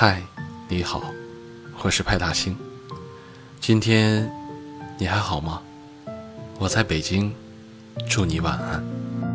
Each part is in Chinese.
嗨，你好，我是派大星。今天你还好吗？我在北京，祝你晚安。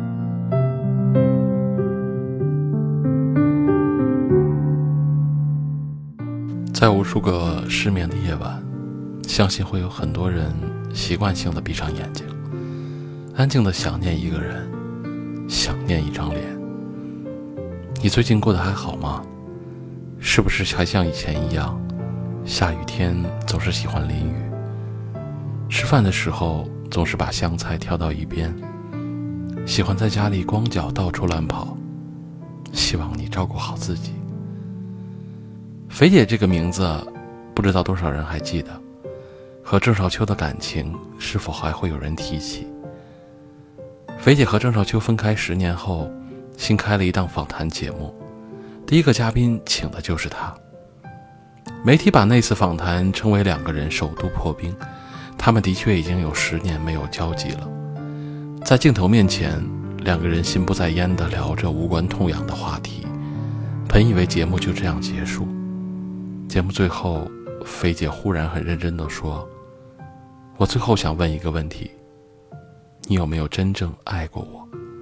在无数个失眠的夜晚，相信会有很多人习惯性的闭上眼睛，安静的想念一个人，想念一张脸。你最近过得还好吗？是不是还像以前一样，下雨天总是喜欢淋雨，吃饭的时候总是把香菜挑到一边，喜欢在家里光脚到处乱跑，希望你照顾好自己。肥姐这个名字不知道多少人还记得，和郑少秋的感情是否还会有人提起？肥姐和郑少秋分开10年后，新开了一档访谈节目，第一个嘉宾请的就是他。媒体把那次访谈称为2个人首度破冰，他们的确已经有10年没有交集了。在镜头面前，2个人心不在焉地聊着无关痛痒的话题，本以为节目就这样结束。节目最后，肥姐忽然很认真地说，我最后想问一个问题，你有没有真正爱过我？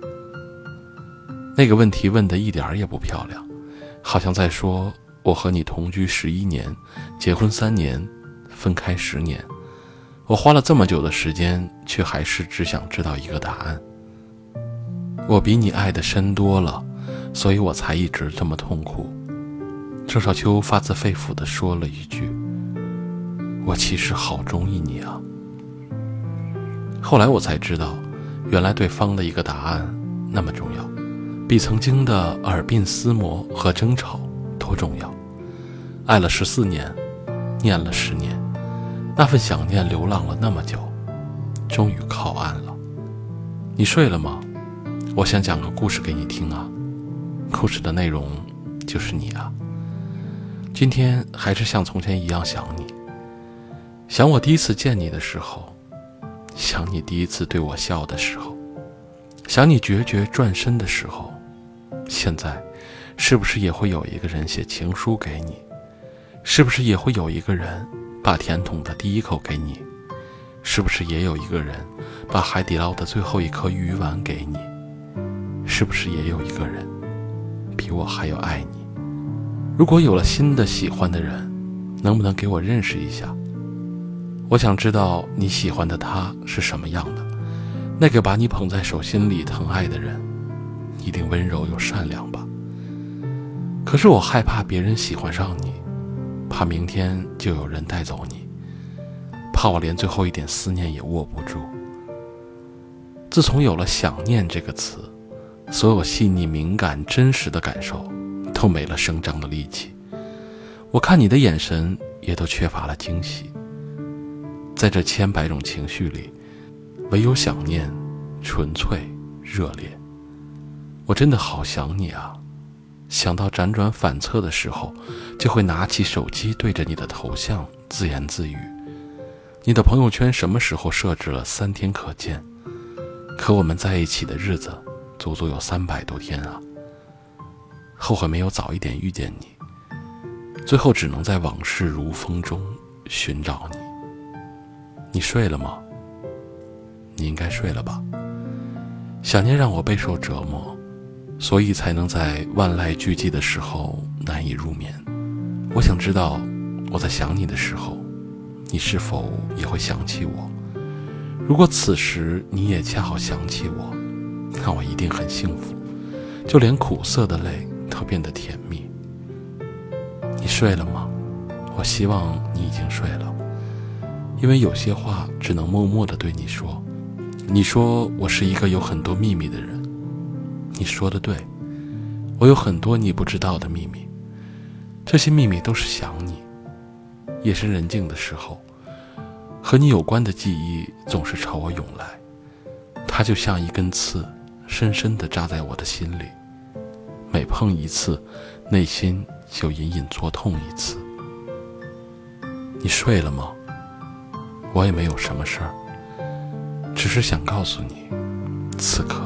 那个问题问得一点也不漂亮，好像在说我和你同居11年，结婚3年，分开10年，我花了这么久的时间，却还是只想知道一个答案。我比你爱得深多了，所以我才一直这么痛苦。郑少秋发自肺腑地说了一句，我其实好中意你啊。后来我才知道，原来对方的一个答案那么重要，比曾经的耳鬓厮磨和争吵都重要。爱了14年，念了10年，那份想念流浪了那么久，终于靠岸了。你睡了吗？我想讲个故事给你听啊。故事的内容就是你啊。今天还是像从前一样想你，想我第一次见你的时候，想你第一次对我笑的时候，想你决绝转身的时候。现在是不是也会有一个人写情书给你？是不是也会有一个人把甜筒的第一口给你？是不是也有一个人把海底捞的最后一颗鱼丸给你？是不是也有一个人比我还要爱你？如果有了新的喜欢的人，能不能给我认识一下？我想知道你喜欢的他是什么样的，那个把你捧在手心里疼爱的人，一定温柔又善良吧。可是我害怕别人喜欢上你，怕明天就有人带走你，怕我连最后一点思念也握不住。自从有了想念这个词，所有细腻敏感真实的感受都没了声张的力气，我看你的眼神也都缺乏了惊喜。在这千百种情绪里，唯有想念纯粹热烈。我真的好想你啊，想到辗转反侧的时候，就会拿起手机对着你的头像自言自语。你的朋友圈什么时候设置了3天可见？可我们在一起的日子足足有300多天啊。后悔没有早一点遇见你，最后只能在往事如风中寻找你。你睡了吗？你应该睡了吧。想念让我备受折磨，所以才能在万籁俱寂的时候难以入眠。我想知道，我在想你的时候，你是否也会想起我？如果此时你也恰好想起我，那我一定很幸福，就连苦涩的泪都变得甜蜜。你睡了吗？我希望你已经睡了，因为有些话只能默默地对你说。你说我是一个有很多秘密的人，你说的对，我有很多你不知道的秘密，这些秘密都是想你。夜深人静的时候，和你有关的记忆总是朝我涌来，它就像一根刺，深深地扎在我的心里，每碰一次，内心就隐隐作痛一次。你睡了吗？我也没有什么事儿，只是想告诉你，此刻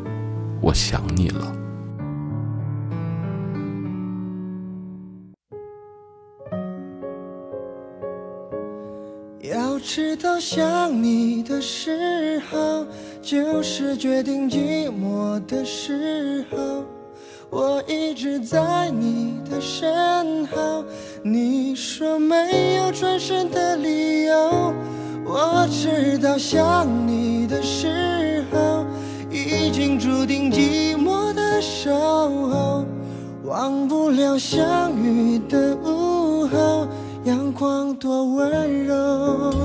我想你了。 知道想你的时候，就是决定寂寞的时候。我一直在你的身后，你说没有转身的理由。我知道想你的时候，已经注定寂寞的守候。忘不了相遇的午后，阳光多温柔。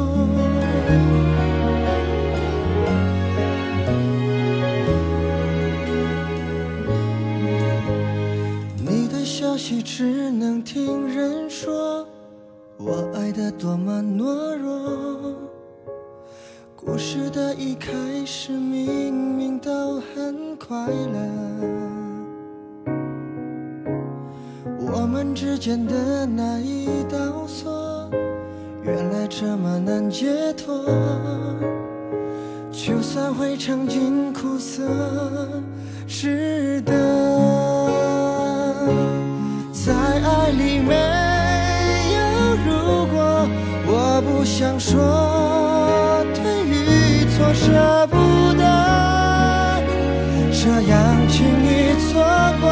你的消息只能听人说，我爱得多么懦弱。故事的一开始明明都很快乐，我们之间的那一道锁，原来这么难解脱。就算会尝尽苦涩，值得。在爱里没有如果，我不想说对与错，舍不得这样轻易错过。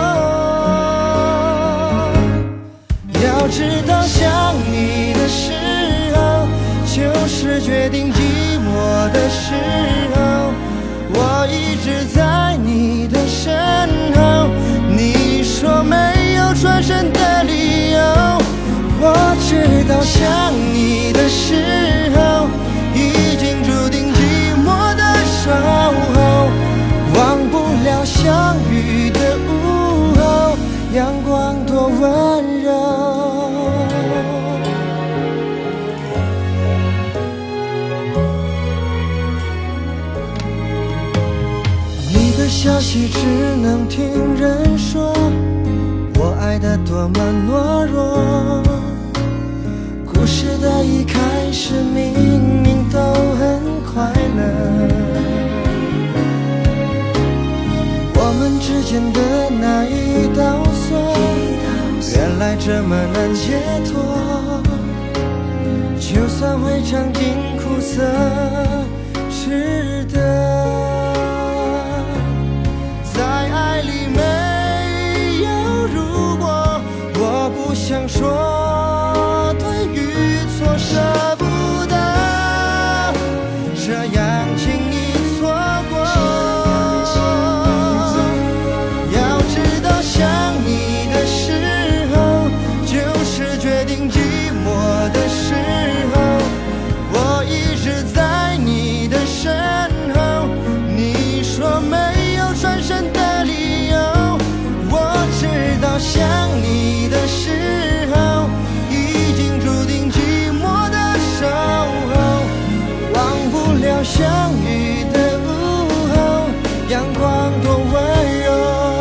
要知道想你的时候，就是决定寂寞的时候。我一直在你的身后，你说没有转身的理由。我知道想你的时候，已经注定寂寞的守候。忘不了相遇的午后，阳光多温柔。你的消息只能听人说，我爱得多么懦弱。故事的一开始明明都很快乐，我们之间的那一道锁，原来这么难解脱。就算会尝尽苦涩，值得。在爱里没有如果，我不想说对与错，舍不得这样轻易错过。要知道想你的时候，就是决定寂寞的时候。我一直在你的身后，你说没有转身的理由。我知道想你的时候，已经注定寂寞的守候。忘不了相遇的午后，阳光多温柔。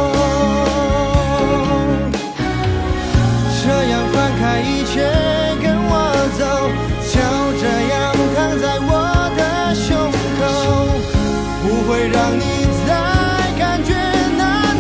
这样放开一切跟我走，就这样躺在我的胸口，不会让你再感觉难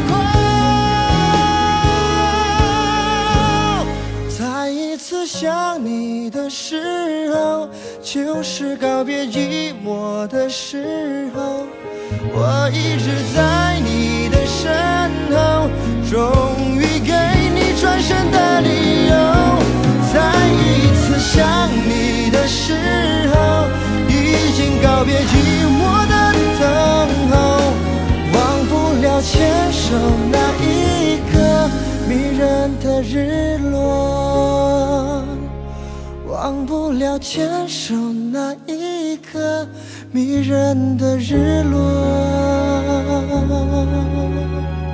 过。再一次想你的时候，就是告别寂寞的时候。我一直在你的身后，终于给你转身的理由。再一次想你的时候，已经告别寂寞的等候。忘不了牵手那一刻迷人的日落，忘不了牵手那一刻迷人的日落。